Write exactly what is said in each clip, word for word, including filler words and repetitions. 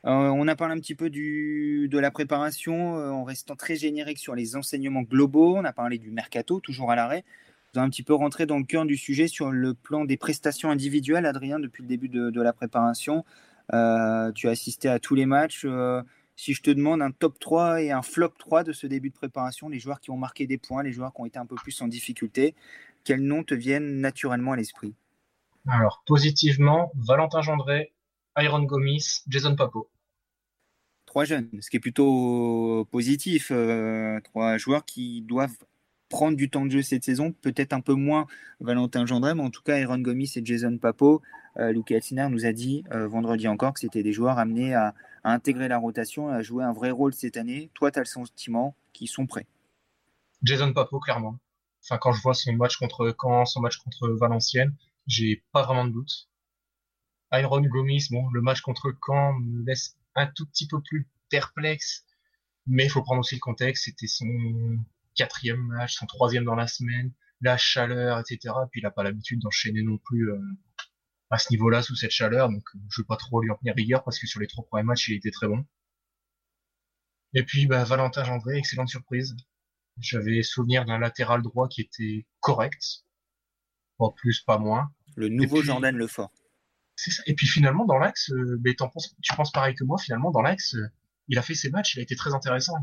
Euh, on a parlé un petit peu du, de la préparation euh, en restant très générique sur les enseignements globaux. On a parlé du mercato, toujours à l'arrêt. Vous avez un petit peu rentré dans le cœur du sujet sur le plan des prestations individuelles, Adrien, depuis le début de, de la préparation. Euh, tu as assisté à tous les matchs. Euh, si je te demande un top trois et un flop trois de ce début de préparation, les joueurs qui ont marqué des points, les joueurs qui ont été un peu plus en difficulté, quels noms te viennent naturellement à l'esprit? Alors, positivement, Valentin Gendré, Iron Gomis, Jason Papo. Trois jeunes, ce qui est plutôt positif. Euh, trois joueurs qui doivent prendre du temps de jeu cette saison, peut-être un peu moins Valentin Gendré, mais en tout cas, Aaron Gomis et Jason Papo. Euh, Luca Elsner nous a dit euh, vendredi encore que c'était des joueurs amenés à, à intégrer la rotation et à jouer un vrai rôle cette année. Toi, tu as le sentiment qu'ils sont prêts. Jason Papo, clairement. Enfin, quand je vois son match contre Caen, son match contre Valenciennes, j'ai pas vraiment de doute. Iron Gomis, bon, le match contre Caen me laisse un tout petit peu plus perplexe, mais il faut prendre aussi le contexte. C'était son quatrième match, son troisième dans la semaine, la chaleur, et cetera. Puis il a pas l'habitude d'enchaîner non plus euh, à ce niveau-là, sous cette chaleur, donc euh, je veux pas trop lui en tenir rigueur parce que sur les trois premiers matchs, il était très bon. Et puis, bah, Valentin Gendré, excellente surprise. J'avais souvenir d'un latéral droit qui était correct, pas plus, pas moins. Le Et nouveau puis, Jordan Lefort. c'est ça. Et puis finalement, dans l'axe, euh, mais t'en penses, tu penses pareil que moi, finalement, dans l'axe, euh, il a fait ses matchs, il a été très intéressant.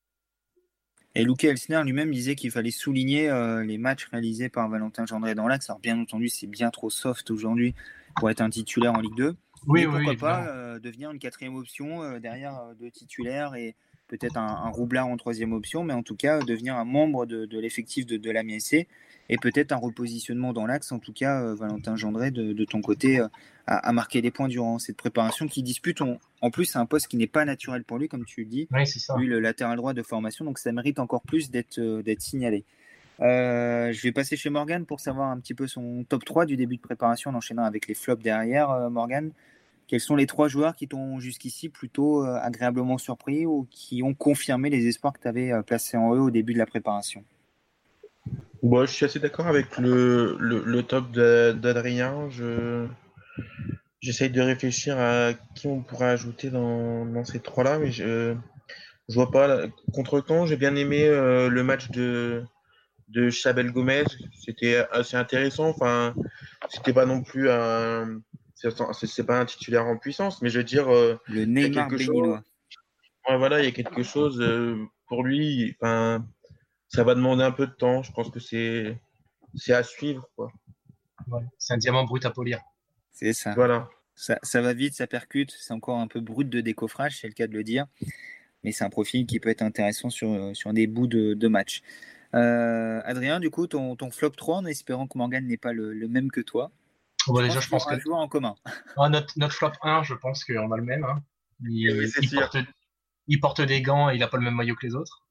Et Luca Elsner lui-même disait qu'il fallait souligner euh, les matchs réalisés par Valentin Gendré dans l'axe. Alors bien entendu, c'est bien trop soft aujourd'hui pour être un titulaire en Ligue deux. Oui, Mais oui, oui, pourquoi pas évidemment. euh, devenir une quatrième option euh, derrière euh, deux titulaires et peut-être un, un roublard en troisième option, mais en tout cas euh, devenir un membre de, de l'effectif de, de l'A M S C et peut-être un repositionnement dans l'axe. En tout cas, euh, Valentin Gendré, de, de ton côté, euh, a, a marqué des points durant cette préparation qui dispute. On, en plus, c'est un poste qui n'est pas naturel pour lui, comme tu le dis. Oui, c'est ça. Lui, le latéral droit de formation, donc ça mérite encore plus d'être euh, d'être signalé. Euh, je vais passer chez Morgan pour savoir un petit peu son top trois du début de préparation en enchaînant avec les flops derrière. Euh, Morgan, quels sont les trois joueurs qui t'ont jusqu'ici plutôt euh, agréablement surpris ou qui ont confirmé les espoirs que tu avais euh, placés en eux au début de la préparation? Bon, je suis assez d'accord avec le, le, le top de- d'Adrien. Je, j'essaye de réfléchir à qui on pourrait ajouter dans, dans ces trois-là, mais je, je vois pas. là. Contre Caen, j'ai bien aimé euh, le match de, de Chabel Gomez. C'était assez intéressant. Enfin, c'était pas non plus un, c'est, c'est c'est pas un titulaire en puissance, mais je veux dire, euh, Le il y a Neymar quelque chose. béninois. Ouais, voilà, il y a quelque chose euh, pour lui. Enfin, ça va demander un peu de temps. Je pense que c'est, c'est à suivre, quoi. Ouais. C'est un diamant brut à polir. C'est ça. Voilà. ça. Ça va vite, ça percute. C'est encore un peu brut de décoffrage, c'est le cas de le dire. Mais c'est un profil qui peut être intéressant sur, sur des bouts de, de match. Euh, Adrien, du coup, ton, ton flop trois, en espérant que Morgan n'est pas le, le même que toi, Bon, je bah, déjà, pense je qu'il y pense aura que un joueur en commun. ah, notre, notre flop un, je pense qu'on a le même. Hein. Et oui, Il, c'est il sûr. porte, il porte des gants et il a pas le même maillot que les autres.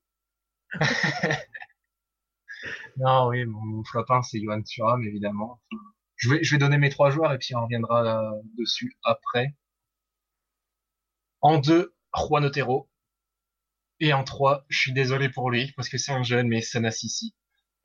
Non, oui, mon, mon flop un, c'est Johan Thuram, évidemment. Je vais, je vais donner mes trois joueurs et puis on reviendra euh, dessus après. En deux, Juan Otero. Et en trois, je suis désolé pour lui, parce que c'est un jeune, mais Sana Sissi.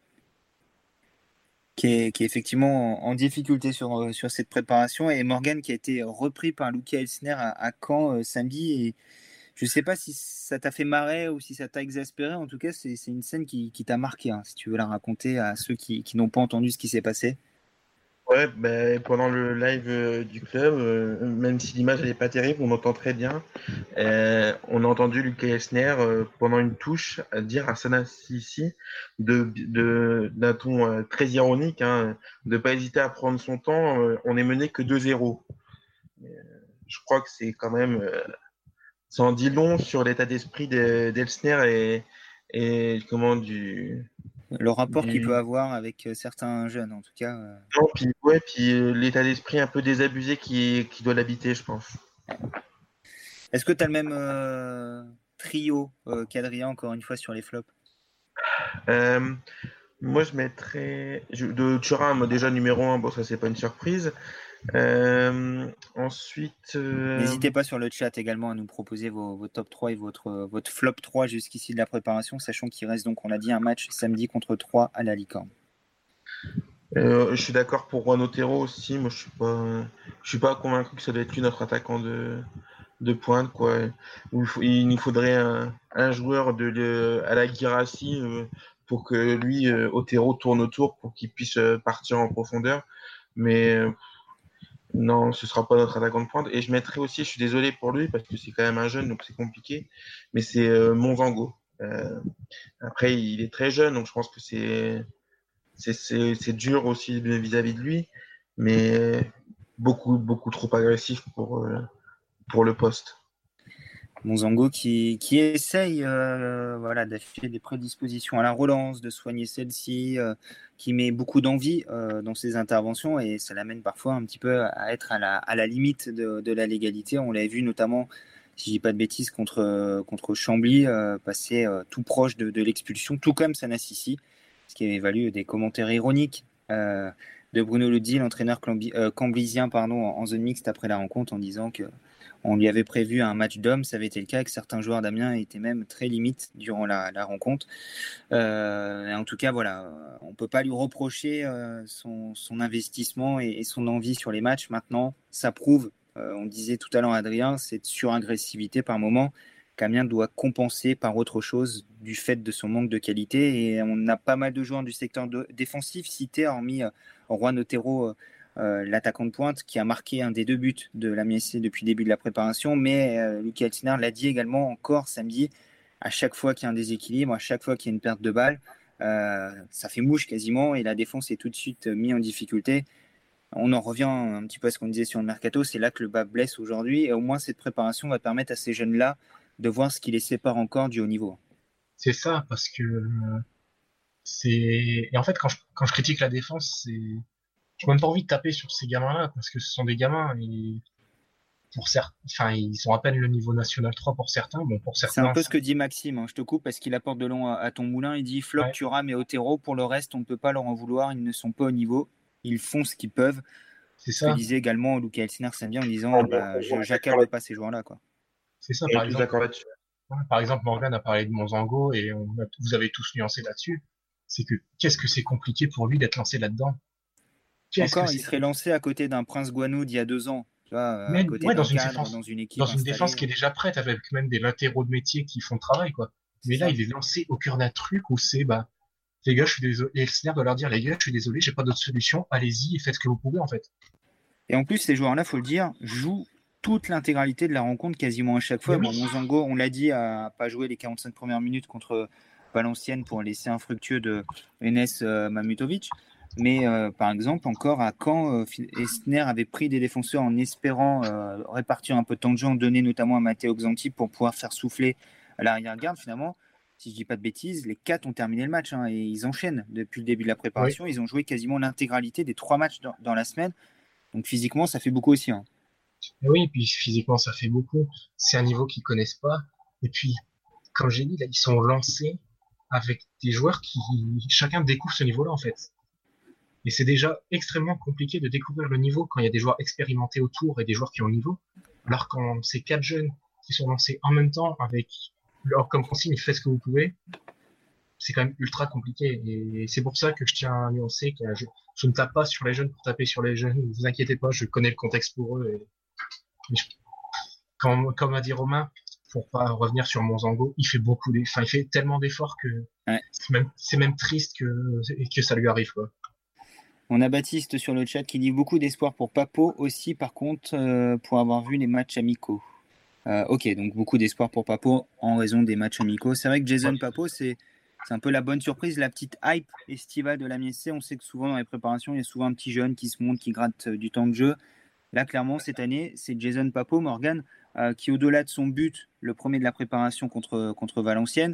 Qui est, qui est effectivement en, en difficulté sur, euh, sur cette préparation. Et Morgan qui a été repris par Luca Elsner à, à Caen euh, samedi. Et je ne sais pas si ça t'a fait marrer ou si ça t'a exaspéré. En tout cas, c'est c'est une scène qui, qui t'a marqué, hein, si tu veux la raconter à ceux qui, qui n'ont pas entendu ce qui s'est passé. Ouais, ben, pendant le live euh, du club, euh, même si l'image n'est pas terrible, on entend très bien. Euh, on a entendu Lucas Elsner euh, pendant une touche à dire à Sana Sissi de, de, d'un ton euh, très ironique, hein, de pas hésiter à prendre son temps. Euh, on est mené que deux zéro. Euh, je crois que c'est quand même, euh, ça en dit long sur l'état d'esprit de- d'Elsner et, et comment du, Le rapport qu'il peut du, avoir avec euh, certains jeunes, en tout cas. euh, non, puis, ouais, puis euh, l'état d'esprit un peu désabusé qui, qui doit l'habiter, je pense. Est-ce que tu as le même euh, trio euh, qu'Adrien, encore une fois, sur les flops? Euh, Moi, je mettrais je- de Thuram déjà numéro un. Bon, ça c'est pas une surprise. Euh, ensuite, euh, N'hésitez pas sur le chat également à nous proposer vos, vos top trois et votre, votre flop trois jusqu'ici de la préparation, sachant qu'il reste donc, on l'a dit, un match samedi contre trois à la Licorne. euh, je suis d'accord pour Juan Otero aussi. Moi, je suis pas, je suis pas convaincu que ça doit être lui notre attaquant de de pointe, quoi. Il, faut, il nous faudrait un, un joueur de, de, à la Guirassy euh, pour que lui, euh, Otero, tourne autour pour qu'il puisse euh, partir en profondeur. Mais euh, non, ce sera pas notre attaquant de pointe. Et je mettrai aussi, je suis désolé pour lui, parce que c'est quand même un jeune, donc c'est compliqué, mais c'est euh, Monzango. Euh, après, il est très jeune, donc je pense que c'est c'est, c'est, c'est dur aussi vis-à-vis de lui, mais beaucoup, beaucoup trop agressif pour, euh, pour le poste. Monzango qui, qui essaye euh, voilà, d'afficher des prédispositions à la relance, de soigner celle-ci, euh, qui met beaucoup d'envie euh, dans ses interventions et ça l'amène parfois un petit peu à être à la, à la limite de, de la légalité. On l'avait vu notamment, si je dis pas de bêtises, contre, contre Chambly, euh, passer euh, tout proche de, de l'expulsion, tout comme Sanassisi, ce qui avait valu des commentaires ironiques euh, de Bruno Lodzi, l'entraîneur cambli, euh, camblisien pardon, en zone mixte après la rencontre, en disant que on lui avait prévu un match d'hommes, ça avait été le cas, que certains joueurs d'Amiens étaient même très limites durant la, la rencontre. Euh, en tout cas, voilà, on ne peut pas lui reprocher euh, son, son investissement et, et son envie sur les matchs. Maintenant, ça prouve, euh, on disait tout à l'heure Adrien, cette suragressivité par moment qu'Amiens doit compenser par autre chose du fait de son manque de qualité. Et on a pas mal de joueurs du secteur de, défensif cités, hormis euh, Juan Otero, euh, Euh, l'attaquant de pointe qui a marqué un des deux buts de l'Amiens F C depuis le début de la préparation, mais euh, Lucky Altiner l'a dit également encore samedi, à chaque fois qu'il y a un déséquilibre, à chaque fois qu'il y a une perte de balle, euh, ça fait mouche quasiment et la défense est tout de suite mise en difficulté. On en revient un petit peu à ce qu'on disait sur le mercato, c'est là que le bas blesse aujourd'hui et au moins cette préparation va permettre à ces jeunes-là de voir ce qui les sépare encore du haut niveau. C'est ça, parce que euh, c'est... Et en fait, quand je, quand je critique la défense, c'est... Je n'ai même pas envie de taper sur ces gamins-là, parce que ce sont des gamins, et pour certains, enfin, ils sont à peine le niveau national trois pour certains, bon, pour C'est un certains, peu ce ça... que dit Maxime, hein. Je te coupe parce qu'il apporte de long à, à ton moulin. Il dit Floch, ouais, Thuram et Otero. Pour le reste, on ne peut pas leur en vouloir. Ils ne sont pas au niveau. Ils font ce qu'ils peuvent. c'est Ce que ça, disait également Luca Elsner samedi en disant On, bah, on je est d'accord j'accable pas ces joueurs-là, quoi. c'est ça, on par est tous exemple, d'accord là-dessus. ouais, par exemple, Morgan a parlé de Monzango, et on a- vous avez tous nuancé là-dessus, c'est que qu'est-ce que c'est compliqué pour lui d'être lancé là-dedans? Qu'est-ce que Encore, il c'est serait compliqué? lancé à côté d'un Prince Guano d'il y a deux ans, tu vois, euh, à Même, côté ouais, dans d'un une cadre, dans défense, une dans équipe une défense qui installée. est déjà prête, avec même des latéraux de métier qui font le travail, quoi. C'est Mais là, ça. il est lancé au cœur d'un truc où c'est, bah, les gars, je suis désolé. Et Elsner doit leur dire, les gars, je suis désolé, j'ai pas d'autre solution. Allez-y et faites ce que vous pouvez, en fait. Et en plus, ces joueurs-là, faut le dire, jouent toute l'intégralité de la rencontre quasiment à chaque Mais fois. oui, Bon, Monzango, on l'a dit, a pas joué les quarante-cinq premières minutes contre Valenciennes pour laisser infructueux de Enes euh, Mamutovic. Mais euh, par exemple, encore à Caen, euh, Esner avait pris des défenseurs en espérant euh, répartir un peu de temps de jeu, en donner notamment à Matteo Xanti pour pouvoir faire souffler à l'arrière-garde. Finalement, si je dis pas de bêtises, les quatre ont terminé le match hein, et ils enchaînent depuis le début de la oui. préparation. Ils ont joué quasiment l'intégralité des trois matchs dans, dans la semaine. Donc physiquement, ça fait beaucoup aussi. Hein. Mais oui, puis physiquement, ça fait beaucoup. C'est un niveau qu'ils connaissent pas. Et puis, comme j'ai dit, là, ils sont lancés avec des joueurs qui, chacun découvre ce niveau-là, en fait. Et c'est déjà extrêmement compliqué de découvrir le niveau quand il y a des joueurs expérimentés autour et des joueurs qui ont le niveau. Alors quand c'est quatre jeunes qui sont lancés en même temps avec leur comme consigne, faites ce que vous pouvez, c'est quand même ultra compliqué. Et c'est pour ça que je tiens à nuancer que je, je ne tape pas sur les jeunes pour taper sur les jeunes. Ne vous inquiétez pas, je connais le contexte pour eux. Et, et je, comme, comme a dit Romain, pour pas revenir sur Monzango, il fait beaucoup, enfin il fait tellement d'efforts que ouais. c'est même, c'est même triste que, que ça lui arrive, quoi. On a Baptiste sur le chat qui dit beaucoup d'espoir pour Papo aussi, par contre, euh, pour avoir vu les matchs amicaux. Euh, ok, donc beaucoup d'espoir pour Papo en raison des matchs amicaux. C'est vrai que Jason Papo, c'est, c'est un peu la bonne surprise, la petite hype estivale de l'Amiens F C. On sait que souvent dans les préparations, il y a souvent un petit jeune qui se monte, qui gratte du temps de jeu. Là, clairement, cette année, c'est Jason Papo, Morgan, euh, qui, au-delà de son but, le premier de la préparation contre, contre Valenciennes,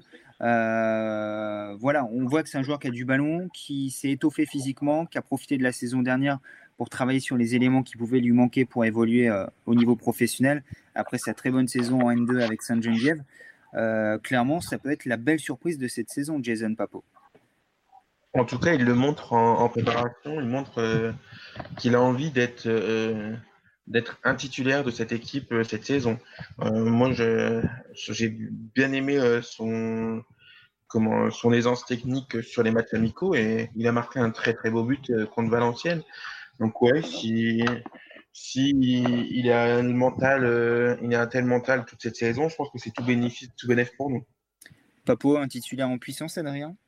euh, voilà, on voit que c'est un joueur qui a du ballon, qui s'est étoffé physiquement, qui a profité de la saison dernière pour travailler sur les éléments qui pouvaient lui manquer pour évoluer euh, au niveau professionnel, après sa très bonne saison en N deux avec Sainte-Geneviève. Euh, clairement, ça peut être la belle surprise de cette saison, Jason Papo. En tout cas, il le montre en, en préparation, il montre euh, qu'il a envie d'être euh, d'être un titulaire de cette équipe euh, cette saison. Euh, moi, je, j'ai bien aimé euh, son comment son aisance technique sur les matchs amicaux et il a marqué un très très beau but euh, contre Valenciennes. Donc ouais, si si il a le mental, euh, il a un tel mental toute cette saison, je pense que c'est tout bénéfice, tout bénéf pour nous. Papo, un titulaire en puissance, Adrien?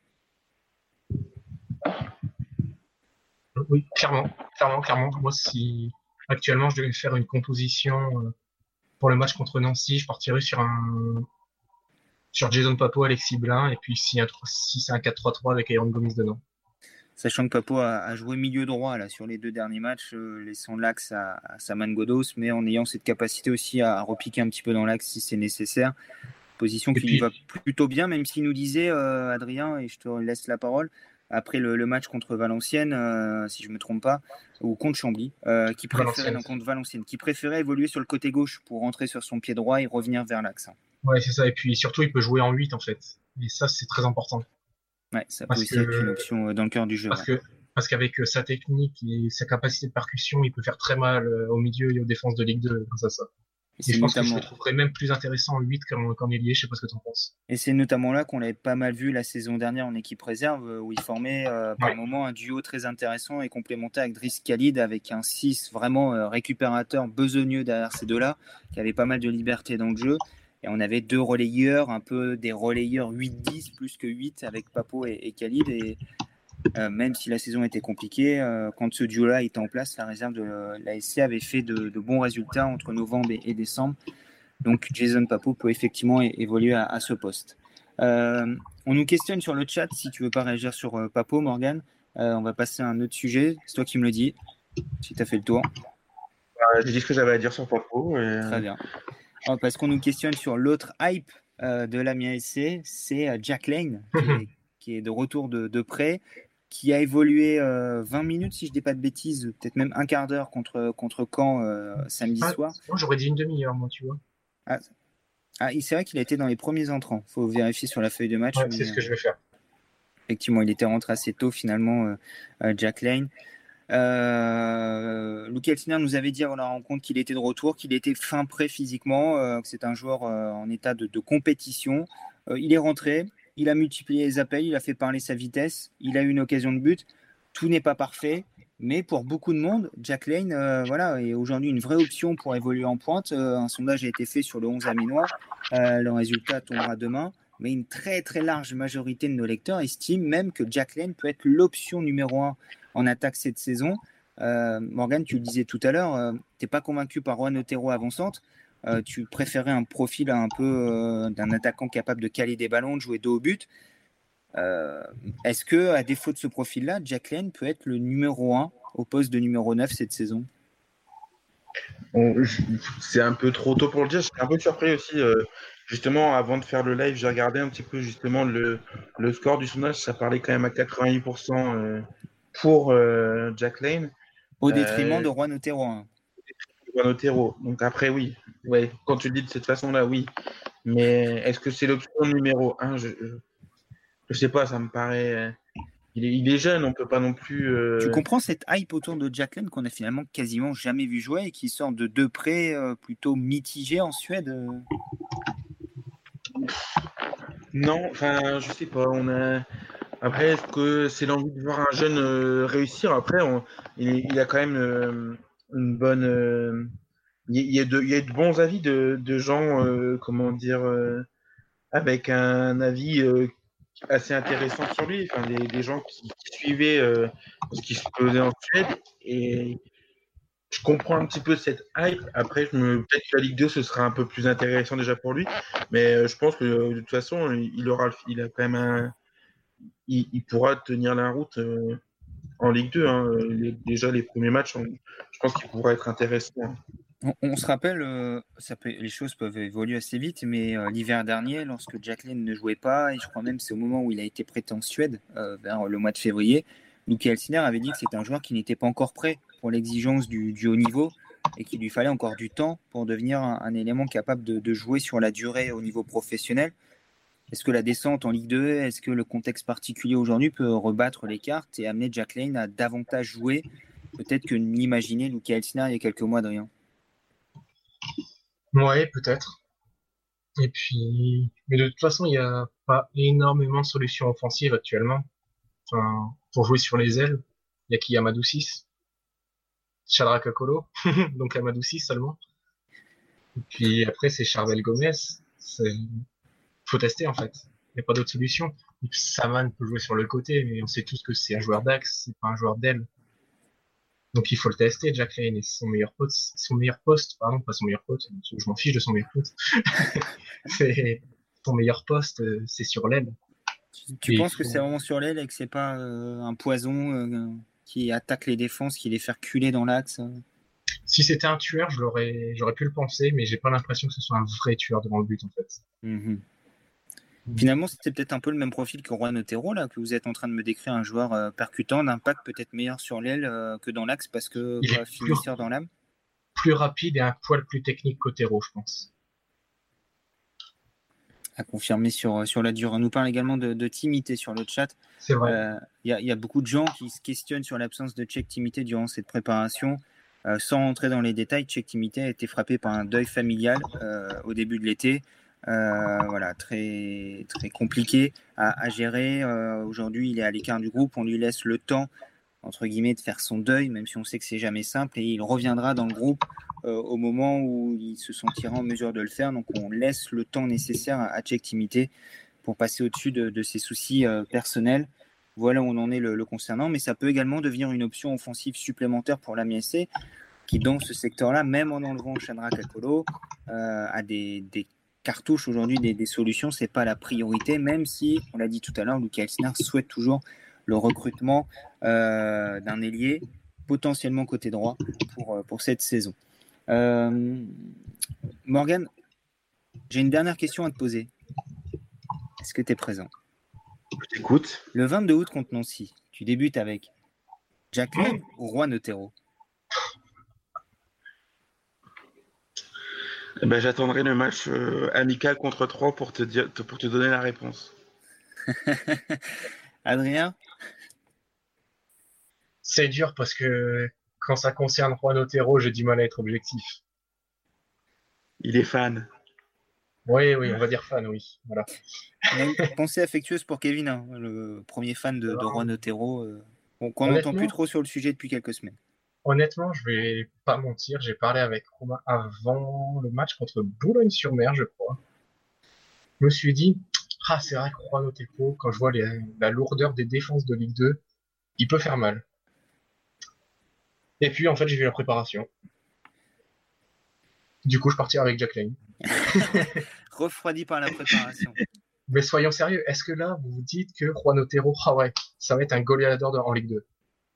Oui, clairement, clairement, clairement. Moi, si actuellement je devais faire une composition euh, pour le match contre Nancy, je partirais sur un sur Jason Papo, Alexis Blin, et puis si, un, si c'est un quatre trois trois avec Aaron Gomis dedans. Sachant que Papo a, a joué milieu droit là, sur les deux derniers matchs, euh, laissant l'axe à, à Saman Ghoddos, mais en ayant cette capacité aussi à, à repiquer un petit peu dans l'axe si c'est nécessaire. Position Et qui puis, lui va plutôt bien, même s'il nous disait, euh, Adrien, et je te laisse la parole, après le, le match contre Valenciennes, euh, si je ne me trompe pas, ou contre Chambly, euh, qui préférait, non, contre Valenciennes, qui préférait évoluer sur le côté gauche pour rentrer sur son pied droit et revenir vers l'axe. Ouais, c'est ça. Et puis surtout, il peut jouer en huit en fait. Et ça, c'est très important. Ouais, ça peut parce aussi que, être une option dans le cœur du jeu. Parce ouais. que parce qu'avec sa technique et sa capacité de percussion, il peut faire très mal au milieu et aux défenses de Ligue deux grâce à ça. Et, et je pense notamment... que je le trouverais même plus intéressant en huit qu'en, qu'en ailier, je sais pas ce que tu en penses. Et c'est notamment là qu'on l'avait pas mal vu la saison dernière en équipe réserve, où il formait euh, par ouais. moments un duo très intéressant et complémentaire avec Driss Khalid, avec un six vraiment euh, récupérateur, besogneux derrière ces deux-là, qui avait pas mal de liberté dans le jeu. Et on avait deux relayeurs, un peu des relayeurs huit dix plus que huit avec Papo et, et Khalid. Et euh, même si la saison était compliquée, euh, quand ce duo-là était en place, la réserve de l'A S C avait fait de, de bons résultats entre novembre et, et décembre. Donc Jason Papo peut effectivement é- évoluer à, à ce poste. Euh, on nous questionne sur le chat, si tu veux pas réagir sur euh, Papo, Morgan. Euh, on va passer à un autre sujet. C'est toi qui me le dis, si tu as fait le tour. Euh, J'ai dit ce que j'avais à dire sur Papo. Et... Très bien. Oh, parce qu'on nous questionne sur l'autre hype euh, de l'Amiens S C, c'est euh, Jack Lane, qui est, qui est de retour de, de prêt, qui a évolué euh, vingt minutes, si je ne dis pas de bêtises, peut-être même un quart d'heure contre, contre Caen euh, samedi ah, soir. Moi, j'aurais dit une demi-heure, moi, tu vois. Ah, ah, c'est vrai qu'il a été dans les premiers entrants. Il faut vérifier sur la feuille de match. Ouais, mais, c'est ce que je vais faire. Effectivement, il était rentré assez tôt, finalement, euh, Jack Lane. Euh, Luke Elsner nous avait dit avant la rencontre qu'il était de retour, qu'il était fin prêt physiquement, euh, que c'est un joueur euh, en état de, de compétition. Euh, il est rentré, il a multiplié les appels, il a fait parler sa vitesse, il a eu une occasion de but. Tout n'est pas parfait, mais pour beaucoup de monde, Jack Lane euh, voilà, est aujourd'hui une vraie option pour évoluer en pointe. Euh, un sondage a été fait sur le onze amiénois. Euh, le résultat tombera demain. Mais une très très large majorité de nos lecteurs estiment même que Jack Lane peut être l'option numéro un en attaque cette saison. Euh, Morgan, tu le disais tout à l'heure, euh, tu n'es pas convaincu par Juan Otero avant-centre. Euh, tu préférais un profil un peu euh, d'un attaquant capable de caler des ballons, de jouer dos au but. Euh, est-ce que, à défaut de ce profil-là, Jack Lane peut être le numéro un au poste de numéro neuf cette saison? Bon, c'est un peu trop tôt pour le dire. Je suis un peu surpris aussi. Euh, justement, avant de faire le live, j'ai regardé un petit peu justement le, le score du sondage. Ça parlait quand même à quatre-vingt-huit pour cent euh, pour euh, Jack Lane. Au détriment euh, de Juan Otero. Hein. Au détriment de Juan Otero. Donc après, oui. Ouais, quand tu le dis de cette façon-là, oui. Mais est-ce que c'est l'option numéro un? Je ne sais pas, ça me paraît... Il est, il est jeune, on ne peut pas non plus... Euh... Tu comprends cette hype autour de Jack Lane qu'on a finalement quasiment jamais vu jouer et qui sort de deux prêts euh, plutôt mitigés en Suède euh... Non, enfin, je sais pas. On a... Après, est-ce que c'est l'envie de voir un jeune euh, réussir? Après, on... il, il a quand même euh, une bonne... Euh... Il, y a de, il y a de bons avis de, de gens, euh, comment dire, euh, avec un avis euh, assez intéressant sur lui. Enfin, des, des gens qui, qui suivaient euh, ce qui se faisait en Suède. Et je comprends un petit peu cette hype. Après, je me... peut-être que la Ligue deux, ce sera un peu plus intéressant déjà pour lui. Mais euh, je pense que de toute façon, il, aura, il a quand même un... Il, il pourra tenir la route euh, en Ligue deux. Hein. Les, déjà, les premiers matchs, on... je pense qu'il pourra être intéressant. On, on se rappelle, euh, ça peut, les choses peuvent évoluer assez vite, mais euh, l'hiver dernier, lorsque Jack Lane ne jouait pas, et je crois même que c'est au moment où il a été prêté en Suède, euh, vers le mois de février, Luke Elsner avait dit que c'était un joueur qui n'était pas encore prêt pour l'exigence du, du haut niveau et qu'il lui fallait encore du temps pour devenir un, un élément capable de, de jouer sur la durée au niveau professionnel. Est-ce que la descente en Ligue deux, est-ce que le contexte particulier aujourd'hui peut rebattre les cartes et amener Jack Lane à davantage jouer, peut-être que n'imaginait Luke Elsner il y a quelques mois, Adrien? Ouais, peut-être. Et puis, mais de toute façon, il n'y a pas énormément de solutions offensives actuellement. Enfin, pour jouer sur les ailes, il y a qui Amadou six. Shadrack Akolo, donc Amadou Sy seulement. Et puis après, c'est Charbel Gomez. C'est... faut tester en fait. Il n'y a pas d'autre solution. Saman peut jouer sur le côté, mais on sait tous que c'est un joueur d'axe, c'est pas un joueur d'aile. Donc il faut le tester, Jack Lane, et son meilleur pote, son meilleur poste, pardon, pas son meilleur pote, je m'en fiche de son meilleur poste. c'est son meilleur poste, c'est sur l'aile. Tu, tu penses faut... que c'est vraiment sur l'aile et que c'est pas euh, un poison euh, qui attaque les défenses, qui les fait reculer dans l'axe euh... Si c'était un tueur, je l'aurais, j'aurais pu le penser, mais j'ai pas l'impression que ce soit un vrai tueur devant le but en fait. Mm-hmm. Finalement, c'était peut-être un peu le même profil que Juan Otero, là, que vous êtes en train de me décrire, un joueur euh, percutant, d'impact peut-être meilleur sur l'aile euh, que dans l'axe, parce que il quoi, est finisseur plus, dans l'âme. Plus rapide et un poil plus technique qu'Otero, je pense. À confirmer sur, sur la durée. On nous parle également de, de Timité sur le chat. C'est vrai. Il euh, y, y a beaucoup de gens qui se questionnent sur l'absence de Cheick Timité durant cette préparation. Euh, sans rentrer dans les détails, Cheick Timité a été frappé par un deuil familial euh, au début de l'été. Euh, voilà, très, très compliqué à, à gérer. Euh, aujourd'hui, il est à l'écart du groupe. On lui laisse le temps, entre guillemets, de faire son deuil, même si on sait que c'est jamais simple. Et il reviendra dans le groupe euh, au moment où il se sentira en mesure de le faire. Donc, on laisse le temps nécessaire à, à Cheick Timité pour passer au-dessus de, de ses soucis euh, personnels. Voilà où on en est le, le concernant. Mais ça peut également devenir une option offensive supplémentaire pour l'A M S C, qui, dans ce secteur-là, même en enlevant Shadrack Akolo, euh, a des, des cartouches aujourd'hui, des, des solutions. C'est pas la priorité, même si, on l'a dit tout à l'heure, Luka Elsner souhaite toujours le recrutement euh, d'un ailier, potentiellement côté droit, pour, pour cette saison. Euh, Morgan, j'ai une dernière question à te poser. Est-ce que tu es présent? Je t'écoute. Le vingt-deux août contre Nancy, tu débutes avec Jack Lane ou Juan Otero? Eh ben, j'attendrai le match euh, amical contre Troyes pour te, dire, pour te donner la réponse. Adrien? C'est dur parce que quand ça concerne Juan Otero, j'ai du mal à être objectif. Il est fan. Oui, oui, on va dire fan, oui. Voilà. On a une pensée affectueuse pour Kevin, hein, le premier fan de, de Juan Otero, euh, qu'on n'entend plus trop sur le sujet depuis quelques semaines. Honnêtement, je vais pas mentir, j'ai parlé avec Romain avant le match contre Boulogne-sur-Mer, je crois. Je me suis dit, ah, c'est vrai que Juan Otero, quand je vois les, la lourdeur des défenses de Ligue deux, il peut faire mal. Et puis, en fait, j'ai vu la préparation. Du coup, je partirai avec Jack Lane. Refroidi par la préparation. Mais soyons sérieux, est-ce que là, vous vous dites que Juan Otero, ah ouais, ça va être un goleador en Ligue deux?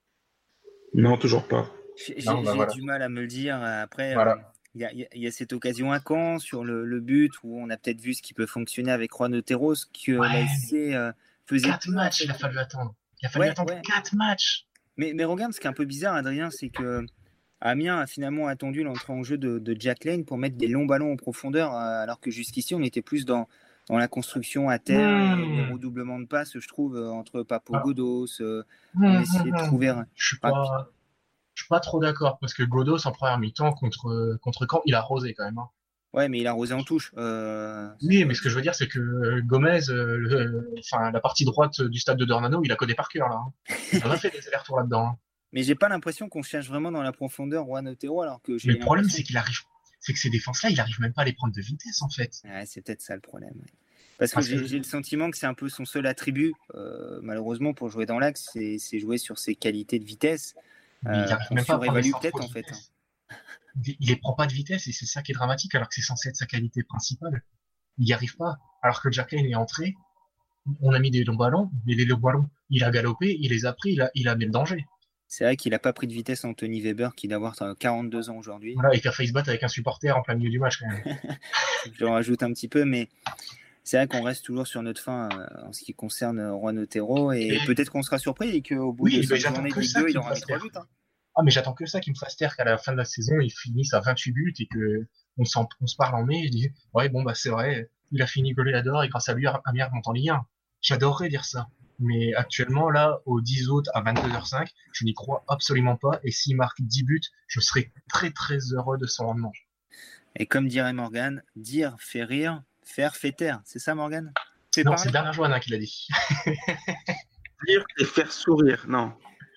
Non, toujours pas. J'ai, non, bah j'ai voilà. du mal à me le dire. Après, il voilà. euh, y, a, y a cette occasion à Caen sur le, le but où on a peut-être vu ce qui peut fonctionner avec Juan Otero, ce que ouais, l'A S C euh, faisait. Quatre matchs, il a fallu attendre. Il a fallu ouais, attendre ouais. quatre matchs. Mais, mais regarde, ce qui est un peu bizarre, Adrien, c'est que Amiens a finalement attendu l'entrée en jeu de, de Jack Lane pour mettre des longs ballons en profondeur, alors que jusqu'ici, on était plus dans, dans la construction à terre mmh. et les redoublements de passes, je trouve, entre Papo ah. Godos. Euh, mmh, on essayait mmh. de trouver un. Je suis pas. Je suis pas trop d'accord parce que Godos en première mi-temps contre contre Caen, il a arrosé quand même. Hein. Ouais, mais il a arrosé en touche. Euh... Oui, mais ce que je veux dire, c'est que Gomez, euh, le, enfin la partie droite du stade de Dornano, il a codé par cœur là. Hein. Il a fait des allers-retours là-dedans. Hein. Mais j'ai pas l'impression qu'on cherche vraiment dans la profondeur Juan Otero, alors que. J'ai mais le problème, c'est qu'il arrive, c'est que ces défenses-là, il arrive même pas à les prendre de vitesse en fait. Ouais, c'est peut-être ça le problème. Ouais. Parce que, Parce que j'ai, j'ai le sentiment que c'est un peu son seul attribut, euh, malheureusement, pour jouer dans l'axe, c'est, c'est jouer sur ses qualités de vitesse. Euh, il arrive même pas à prendre les peut-être en fait. Hein. Il les prend pas de vitesse et c'est ça qui est dramatique alors que c'est censé être sa qualité principale. Il n'y arrive pas. Alors que Jack Lane est entré, on a mis des longs ballons, mais les longs ballons, il a galopé, il les a pris, il a, il a mis le danger. C'est vrai qu'il a pas pris de vitesse Anthony Weber qui doit avoir quarante-deux ans aujourd'hui. Voilà, et qui a failli se battre avec un supporter en plein milieu du match quand même. Je le rajoute un petit peu, mais c'est vrai qu'on reste toujours sur notre fin euh, en ce qui concerne Juan Otero et, et peut-être qu'on sera surpris et qu'au bout oui, de cette journée de Ligue deux, il aura mis trois buts. Hein. Ah, mais j'attends que ça qu'il me fasse taire qu'à la fin de la saison, il finisse à vingt-huit buts et que on, on se parle en mai et je dis, ouais, bon, bah, c'est vrai, il a fini goleador et grâce à lui, Amiens remonte en Ligue un. J'adorerais dire ça. Mais actuellement, là, au dix août à vingt-deux heures cinq, je n'y crois absolument pas et s'il marque dix buts, je serai très très heureux de son rendement. Et comme dirait Morgan, dire fait rire, faire fait taire. C'est ça, Morgan? C'est non, c'est Bernard Joannin qui l'a dit. Dire et faire sourire, non.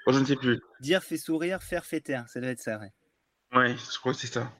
Oh, je ne sais plus. Dire fait sourire, faire fait taire. Ça doit être ça, ouais. Ouais, je crois que c'est ça.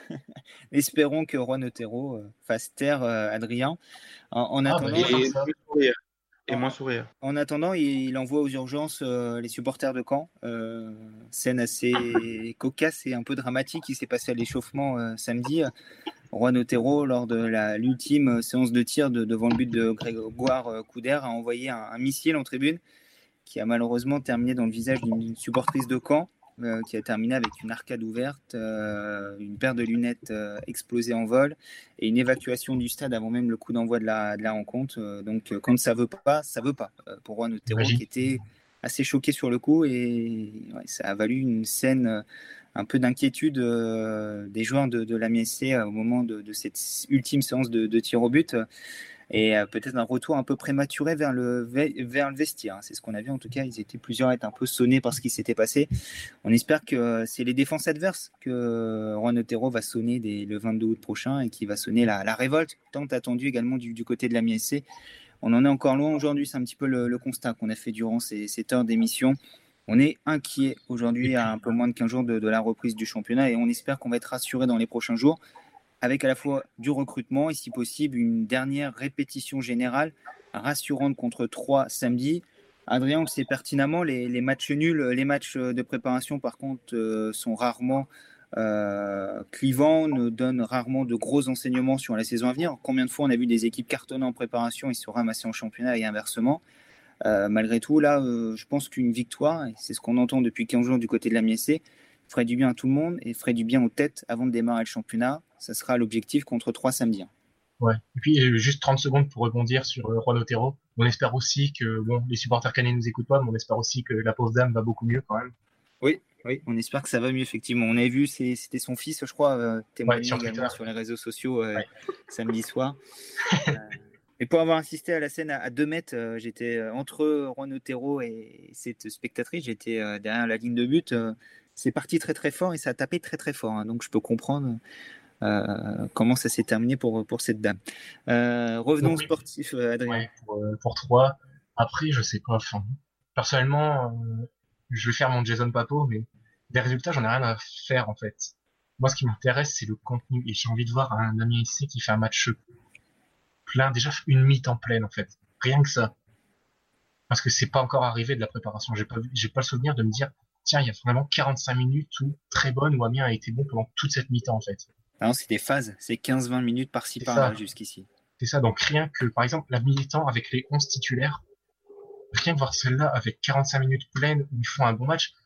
Espérons que Juan Otero euh, fasse taire euh, Adrien. En, en Ah, bah, attendant, il va faire Et ça. moins sourire. Et en, moins sourire. en attendant, il, il envoie aux urgences euh, les supporters de Caen. Euh, scène assez cocasse et un peu dramatique qui s'est passé à l'échauffement euh, samedi. Juan Otero, lors de la, l'ultime séance de tir de, devant le but de Grégoire euh, Couder, a envoyé un, un missile en tribune qui a malheureusement terminé dans le visage d'une supportrice de Caen, euh, qui a terminé avec une arcade ouverte, euh, une paire de lunettes euh, explosées en vol et une évacuation du stade avant même le coup d'envoi de la, de la rencontre. Euh, donc euh, quand ça veut pas, ça veut pas. Euh, pour Juan Otero, Imagine. qui était assez choqué sur le coup, et ouais, ça a valu une scène euh, un peu d'inquiétude euh, des joueurs de, de l'A M S C euh, au moment de, de cette ultime séance de, de tir au but. Et euh, peut-être un retour un peu prématuré vers le, vers le vestiaire. C'est ce qu'on a vu en tout cas. Ils étaient plusieurs à être un peu sonnés par ce qui s'était passé. On espère que c'est les défenses adverses que Juan Otero va sonner dès le vingt-deux août prochain et qui va sonner la, la révolte tant attendue également du, du côté de l'A M S C. On en est encore loin aujourd'hui. C'est un petit peu le, le constat qu'on a fait durant ces, cette heure d'émission. On est inquiet aujourd'hui à un peu moins de quinze jours de, de la reprise du championnat et on espère qu'on va être rassuré dans les prochains jours, avec à la fois du recrutement et si possible une dernière répétition générale rassurante contre Troyes samedi. Adrien, on le sait pertinemment, les, les matchs nuls, les matchs de préparation par contre euh, sont rarement euh, clivants, nous donnent rarement de gros enseignements sur la saison à venir. Combien de fois on a vu des équipes cartonner en préparation et se ramasser en championnat et inversement. Euh, malgré tout, là, euh, je pense qu'une victoire, et c'est ce qu'on entend depuis quinze jours du côté de l'A M S C, ferait du bien à tout le monde et ferait du bien aux têtes avant de démarrer le championnat. Ça sera l'objectif contre Troyes samedi. Ouais. Et puis, euh, juste trente secondes pour rebondir sur euh, Juan Otero. On espère aussi que, bon, les supporters canadiens ne nous écoutent pas, mais on espère aussi que la pauvre dame va beaucoup mieux quand même. Oui, oui, on espère que ça va mieux, effectivement. On avait vu, c'est, c'était son fils, je crois, euh, témoigner Ouais, sur également Twitter. sur les réseaux sociaux euh, Ouais. samedi soir. euh, et pour avoir assisté à la scène à, à deux mètres, euh, j'étais euh, entre Juan Otero et cette spectatrice, j'étais euh, derrière la ligne de but. Euh, c'est parti très très fort et ça a tapé très très fort. Hein, donc je peux comprendre euh, comment ça s'est terminé pour, pour cette dame. Euh, revenons Donc, au oui. sportif, euh, Adrien. Ouais, pour, euh, pour Troyes. Après, je sais pas. Enfin, personnellement, euh, je vais faire mon Jason Papo, mais des résultats, j'en ai rien à faire en fait. Moi, ce qui m'intéresse, c'est le contenu, et j'ai envie de voir un ami ici qui fait un match plein, déjà une mi-temps pleine en fait, rien que ça, parce que c'est pas encore arrivé de la préparation. J'ai pas vu, j'ai pas le souvenir de me dire, tiens, il y a vraiment quarante-cinq minutes où très bonne ou Amiens a été bon pendant toute cette mi-temps en fait. Ah non, c'est des phases, c'est quinze vingt minutes par-ci C'est par-là ça. jusqu'ici. C'est ça. Donc rien que, par exemple, la mi-temps avec les onze titulaires, rien que voir celle-là avec quarante-cinq minutes pleines où ils font un bon match,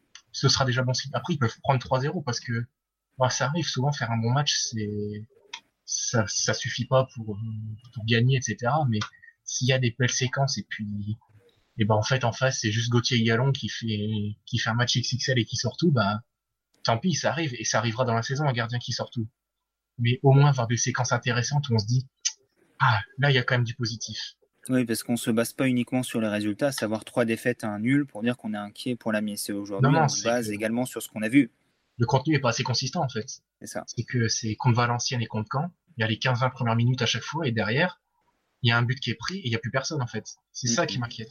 ce sera déjà bon signe. Après, ils peuvent prendre trois zéro parce que bah, ça arrive souvent, faire un bon match, c'est ça, ça suffit pas pour, pour gagner, et cetera. Mais s'il y a des belles séquences et puis et ben en fait en face c'est juste Gauthier Gallon qui fait qui fait un match X X L et qui sort tout, bah tant pis, ça arrive et ça arrivera dans la saison, un gardien qui sort tout. Mais au moins avoir des séquences intéressantes où on se dit ah là il y a quand même du positif. Oui, parce qu'on ne se base pas uniquement sur les résultats, à savoir trois défaites à un nul pour dire qu'on est inquiet pour la M S C aujourd'hui. Non non, On se c'est base que également sur ce qu'on a vu. le contenu est pas assez consistant en fait. C'est ça. C'est que c'est contre Valenciennes et contre Caen, il y a les quinze vingt premières minutes à chaque fois et derrière il y a un but qui est pris et il y a plus personne en fait. C'est Mm-hmm. ça qui m'inquiète.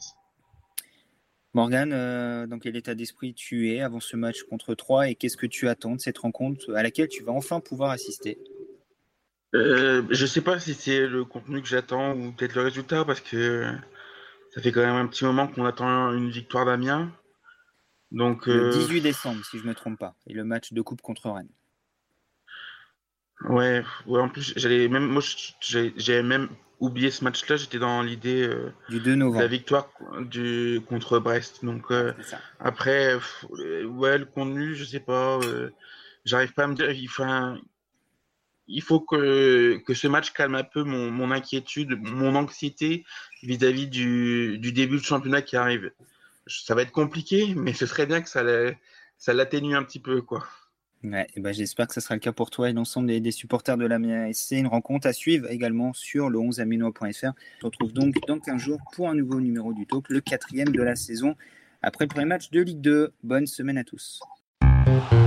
Morgane, euh, dans quel état d'esprit tu es avant ce match contre Troyes et qu'est-ce que tu attends de cette rencontre à laquelle tu vas enfin pouvoir assister? Euh, je sais pas si c'est le contenu que j'attends ou peut-être le résultat parce que ça fait quand même un petit moment qu'on attend une victoire d'Amiens. Donc, Le euh, dix-huit décembre, si je ne me trompe pas, et le match de coupe contre Rennes. Ouais, ouais, en plus, j'allais même, moi, j'ai, j'ai même oublié ce match-là. J'étais dans l'idée euh, du deux de novembre. la victoire du, contre Brest. Donc, euh, C'est ça. après, pff, ouais, le contenu, je sais pas. Euh, j'arrive pas à me dire. Il faut, un, il faut que, que ce match calme un peu mon, mon inquiétude, mon anxiété vis-à-vis du, du début de championnat qui arrive. Ça va être compliqué, mais ce serait bien que ça, ça l'atténue un petit peu, quoi. Ouais, et ben j'espère que ce sera le cas pour toi et l'ensemble des, des supporters de l'A M S C. Une rencontre à suivre également sur le onze aminois point f r. On se retrouve donc dans quinze jours pour un nouveau numéro du Talk, le quatrième de la saison, après le premier match de Ligue deux. Bonne semaine à tous.